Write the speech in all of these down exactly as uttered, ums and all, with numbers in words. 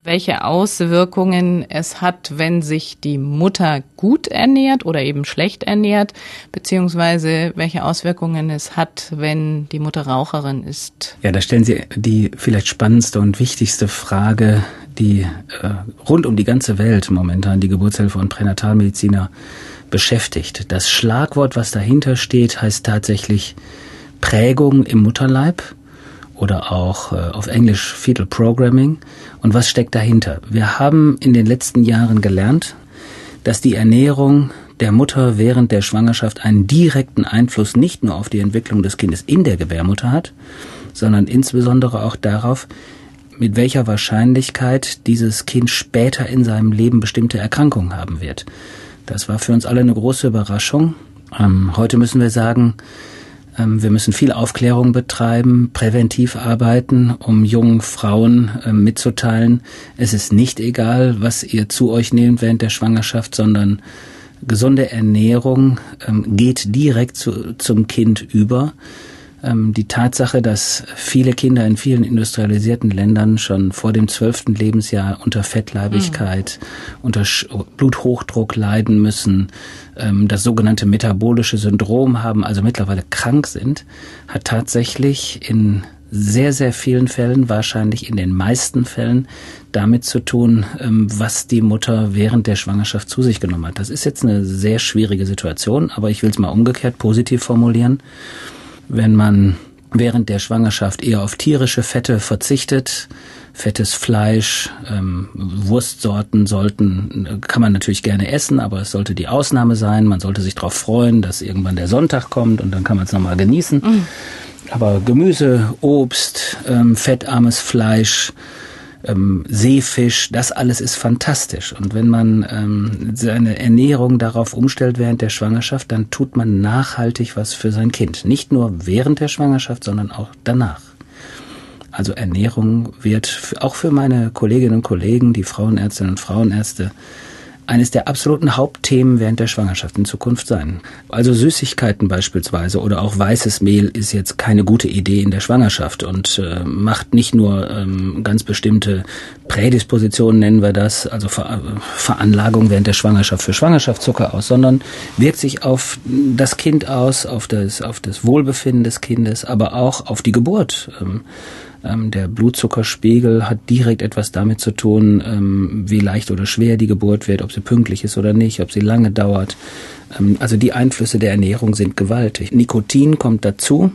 welche Auswirkungen es hat, wenn sich die Mutter gut ernährt oder eben schlecht ernährt, beziehungsweise welche Auswirkungen es hat, wenn die Mutter Raucherin ist. Ja, da stellen Sie die vielleicht spannendste und wichtigste Frage, die äh, rund um die ganze Welt momentan die Geburtshilfe und Pränatalmediziner beschäftigt. Das Schlagwort, was dahinter steht, heißt tatsächlich Prägung im Mutterleib oder auch äh, auf Englisch Fetal Programming. Und was steckt dahinter? Wir haben in den letzten Jahren gelernt, dass die Ernährung der Mutter während der Schwangerschaft einen direkten Einfluss nicht nur auf die Entwicklung des Kindes in der Gebärmutter hat, sondern insbesondere auch darauf, mit welcher Wahrscheinlichkeit dieses Kind später in seinem Leben bestimmte Erkrankungen haben wird. Das war für uns alle eine große Überraschung. Ähm, heute müssen wir sagen, ähm, wir müssen viel Aufklärung betreiben, präventiv arbeiten, um jungen Frauen ähm, mitzuteilen, es ist nicht egal, was ihr zu euch nehmt während der Schwangerschaft, sondern gesunde Ernährung ähm, geht direkt zu, zum Kind über. Die Tatsache, dass viele Kinder in vielen industrialisierten Ländern schon vor dem zwölften Lebensjahr unter Fettleibigkeit, mhm. unter Bluthochdruck leiden müssen, das sogenannte metabolische Syndrom haben, also mittlerweile krank sind, hat tatsächlich in sehr, sehr vielen Fällen, wahrscheinlich in den meisten Fällen, damit zu tun, was die Mutter während der Schwangerschaft zu sich genommen hat. Das ist jetzt eine sehr schwierige Situation, aber ich will es mal umgekehrt positiv formulieren. Wenn man während der Schwangerschaft eher auf tierische Fette verzichtet, fettes Fleisch, ähm, Wurstsorten sollten, kann man natürlich gerne essen, aber es sollte die Ausnahme sein. Man sollte sich darauf freuen, dass irgendwann der Sonntag kommt und dann kann man es nochmal genießen. Mhm. Aber Gemüse, Obst, ähm, fettarmes Fleisch, Ähm, Seefisch, das alles ist fantastisch. Und wenn man ähm, seine Ernährung darauf umstellt während der Schwangerschaft, dann tut man nachhaltig was für sein Kind. Nicht nur während der Schwangerschaft, sondern auch danach. Also Ernährung wird für, auch für meine Kolleginnen und Kollegen, die Frauenärztinnen und Frauenärzte, eines der absoluten Hauptthemen während der Schwangerschaft in Zukunft sein. Also Süßigkeiten beispielsweise oder auch weißes Mehl ist jetzt keine gute Idee in der Schwangerschaft und äh, macht nicht nur ähm, ganz bestimmte Prädispositionen, nennen wir das, also Ver- Veranlagung während der Schwangerschaft für Schwangerschaftszucker aus, sondern wirkt sich auf das Kind aus, auf das, auf das Wohlbefinden des Kindes, aber auch auf die Geburt. Ähm, Der Blutzuckerspiegel hat direkt etwas damit zu tun, wie leicht oder schwer die Geburt wird, ob sie pünktlich ist oder nicht, ob sie lange dauert. Also die Einflüsse der Ernährung sind gewaltig. Nikotin kommt dazu,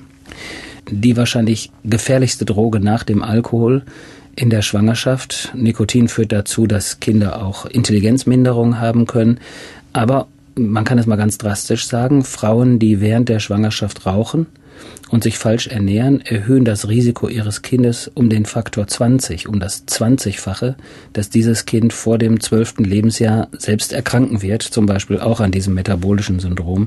die wahrscheinlich gefährlichste Droge nach dem Alkohol in der Schwangerschaft. Nikotin führt dazu, dass Kinder auch Intelligenzminderung haben können. Aber man kann es mal ganz drastisch sagen, Frauen, die während der Schwangerschaft rauchen und sich falsch ernähren, erhöhen das Risiko ihres Kindes um den Faktor zwanzig, um das zwanzigfache, dass dieses Kind vor dem zwölften Lebensjahr selbst erkranken wird, zum Beispiel auch an diesem metabolischen Syndrom.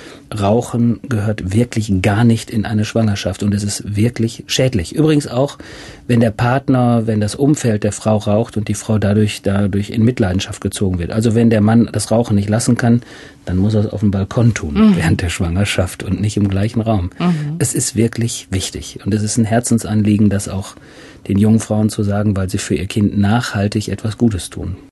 Rauchen gehört wirklich gar nicht in eine Schwangerschaft und es ist wirklich schädlich. Übrigens auch, wenn der Partner, wenn das Umfeld der Frau raucht und die Frau dadurch dadurch in Mitleidenschaft gezogen wird. Also wenn der Mann das Rauchen nicht lassen kann, dann muss er es auf dem Balkon tun mhm. während der Schwangerschaft und nicht im gleichen Raum. Mhm. Es ist wirklich wichtig und es ist ein Herzensanliegen, das auch den jungen Frauen zu sagen, weil sie für ihr Kind nachhaltig etwas Gutes tun.